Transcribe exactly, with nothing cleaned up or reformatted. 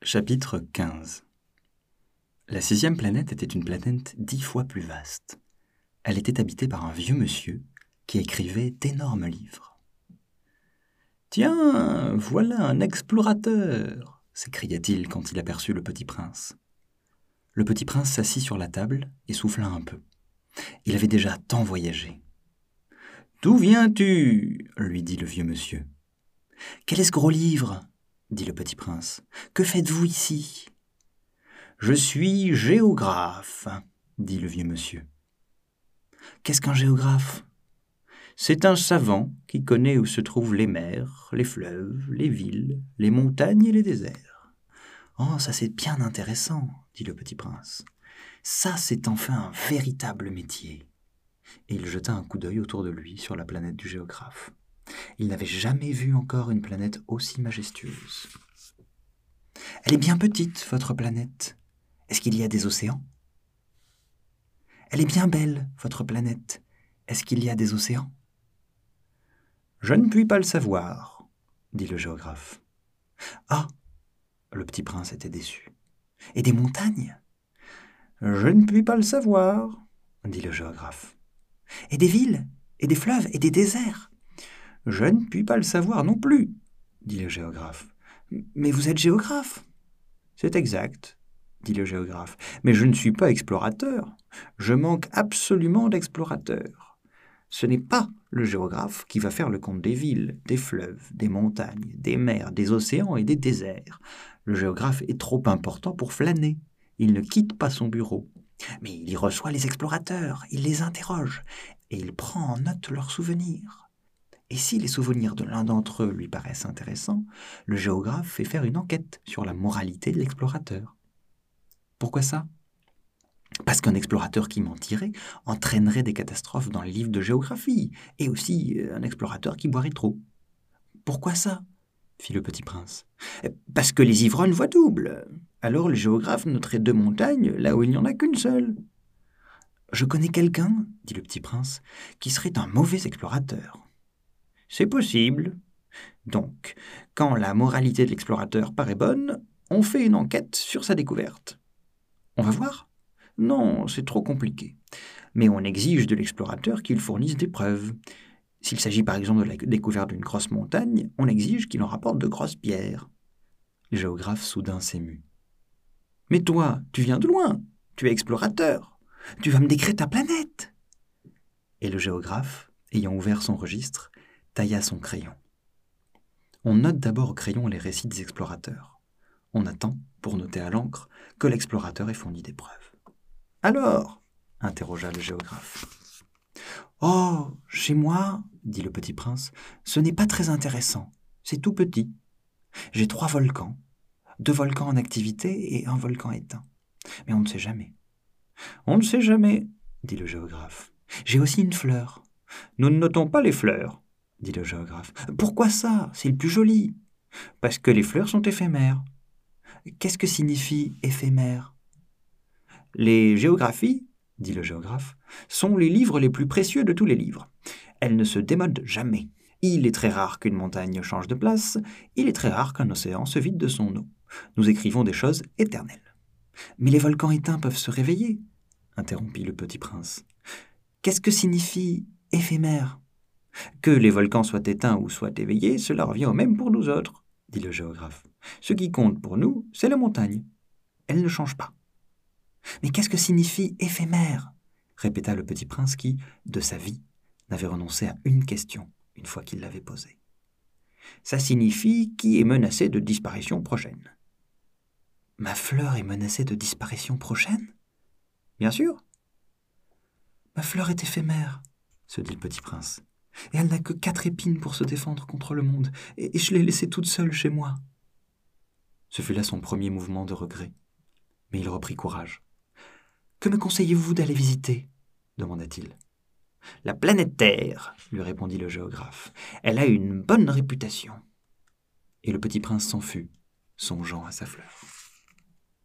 Chapitre quinze. La sixième planète était une planète dix fois plus vaste. Elle était habitée par un vieux monsieur qui écrivait d'énormes livres. « Tiens, voilà un explorateur !» s'écria-t-il quand il aperçut le petit prince. Le petit prince s'assit sur la table et souffla un peu. Il avait déjà tant voyagé. « D'où viens-tu » lui dit le vieux monsieur. « Quel est ce gros livre ?» dit le petit prince. « Que faites-vous ici ?»« Je suis géographe, » dit le vieux monsieur. « Qu'est-ce qu'un géographe ?»« C'est un savant qui connaît où se trouvent les mers, les fleuves, les villes, les montagnes et les déserts. »« Oh, ça c'est bien intéressant, » dit le petit prince. « Ça c'est enfin un véritable métier. » Et il jeta un coup d'œil autour de lui sur la planète du géographe. Il n'avait jamais vu encore une planète aussi majestueuse. « Elle est bien petite, votre planète. Est-ce qu'il y a des océans ? » ?»« Elle est bien belle, votre planète. Est-ce qu'il y a des océans ? » ?»« Je ne puis pas le savoir, » dit le géographe. « Ah !» Le petit prince était déçu. « Et des montagnes ? » ?»« Je ne puis pas le savoir, » dit le géographe. « Et des villes, et des fleuves, et des déserts ? » « Je ne puis pas le savoir non plus, » dit le géographe. « Mais vous êtes géographe ?» ?»« C'est exact, » dit le géographe, « mais je ne suis pas explorateur. Je manque absolument d'explorateurs. Ce n'est pas le géographe qui va faire le compte des villes, des fleuves, des montagnes, des mers, des océans et des déserts. Le géographe est trop important pour flâner. Il ne quitte pas son bureau. Mais il y reçoit les explorateurs, il les interroge, et il prend en note leurs souvenirs. Et si les souvenirs de l'un d'entre eux lui paraissent intéressants, le géographe fait faire une enquête sur la moralité de l'explorateur. Pourquoi ça ? Parce qu'un explorateur qui mentirait entraînerait des catastrophes dans les livres de géographie, et aussi un explorateur qui boirait trop. Pourquoi ça ? Fit le petit prince. Parce que les ivrognes voient double. Alors le géographe noterait deux montagnes là où il n'y en a qu'une seule. Je connais quelqu'un, dit le petit prince, qui serait un mauvais explorateur. C'est possible. Donc, quand la moralité de l'explorateur paraît bonne, on fait une enquête sur sa découverte. On va voir ? Non, c'est trop compliqué. Mais on exige de l'explorateur qu'il fournisse des preuves. S'il s'agit par exemple de la découverte d'une grosse montagne, on exige qu'il en rapporte de grosses pierres. Le géographe soudain s'émut. « Mais toi, tu viens de loin, tu es explorateur, tu vas me décrire ta planète !» Et le géographe, ayant ouvert son registre, tailla son crayon. On note d'abord au crayon les récits des explorateurs. On attend, pour noter à l'encre, que l'explorateur ait fourni des preuves. « Alors ?» interrogea le géographe. « Oh, chez moi, dit le petit prince, ce n'est pas très intéressant, c'est tout petit. J'ai trois volcans, deux volcans en activité et un volcan éteint. Mais on ne sait jamais. »« On ne sait jamais, dit le géographe. J'ai aussi une fleur. »« Nous ne notons pas les fleurs, dit le géographe. « Pourquoi ça ? C'est le plus joli. »« Parce que les fleurs sont éphémères. »« Qu'est-ce que signifie éphémère ? » ?»« Les géographies, dit le géographe, sont les livres les plus précieux de tous les livres. Elles ne se démodent jamais. Il est très rare qu'une montagne change de place, il est très rare qu'un océan se vide de son eau. Nous écrivons des choses éternelles. »« Mais les volcans éteints peuvent se réveiller, interrompit le petit prince. « Qu'est-ce que signifie éphémère ? » « Que les volcans soient éteints ou soient éveillés, cela revient au même pour nous autres, dit le géographe. Ce qui compte pour nous, c'est la montagne. Elle ne change pas. »« Mais qu'est-ce que signifie éphémère ?» répéta le petit prince qui, de sa vie, n'avait renoncé à une question une fois qu'il l'avait posée. « Ça signifie qui est menacé de disparition prochaine. »« Ma fleur est menacée de disparition prochaine ? » ?»« Bien sûr. »« Ma fleur est éphémère, se dit le petit prince. Et elle n'a que quatre épines pour se défendre contre le monde, et, et je l'ai laissée toute seule chez moi. » Ce fut là son premier mouvement de regret. Mais il reprit courage. « Que me conseillez-vous d'aller visiter ?» demanda-t-il. « La planète Terre, » lui répondit le géographe. « Elle a une bonne réputation. » Et le petit prince s'en fut, songeant à sa fleur.